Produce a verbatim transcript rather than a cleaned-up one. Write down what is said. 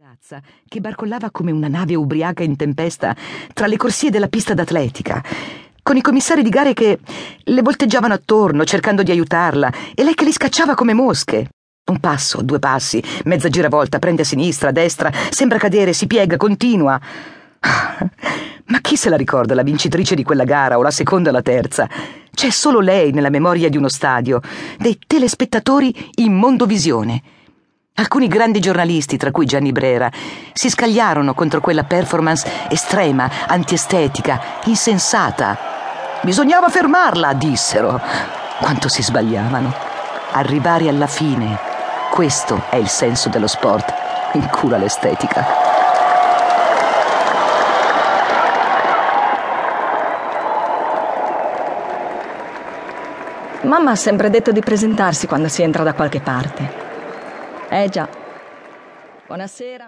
ragazza che barcollava come una nave ubriaca in tempesta tra le corsie della pista d'atletica, con i commissari di gare che le volteggiavano attorno cercando di aiutarla e lei che li scacciava come mosche. Un passo, due passi, mezza giravolta, prende a sinistra, a destra, sembra cadere, si piega, continua. Ma chi se la ricorda la vincitrice di quella gara o la seconda o la terza? C'è solo lei nella memoria di uno stadio, dei telespettatori in mondovisione. Alcuni grandi giornalisti, tra cui Gianni Brera, si scagliarono contro quella performance estrema, antiestetica, insensata. Bisognava fermarla, dissero. Quanto si sbagliavano. Arrivare alla fine, questo è il senso dello sport. In culo all'estetica. Mamma ha sempre detto di presentarsi quando si entra da qualche parte. Eh già. Buonasera.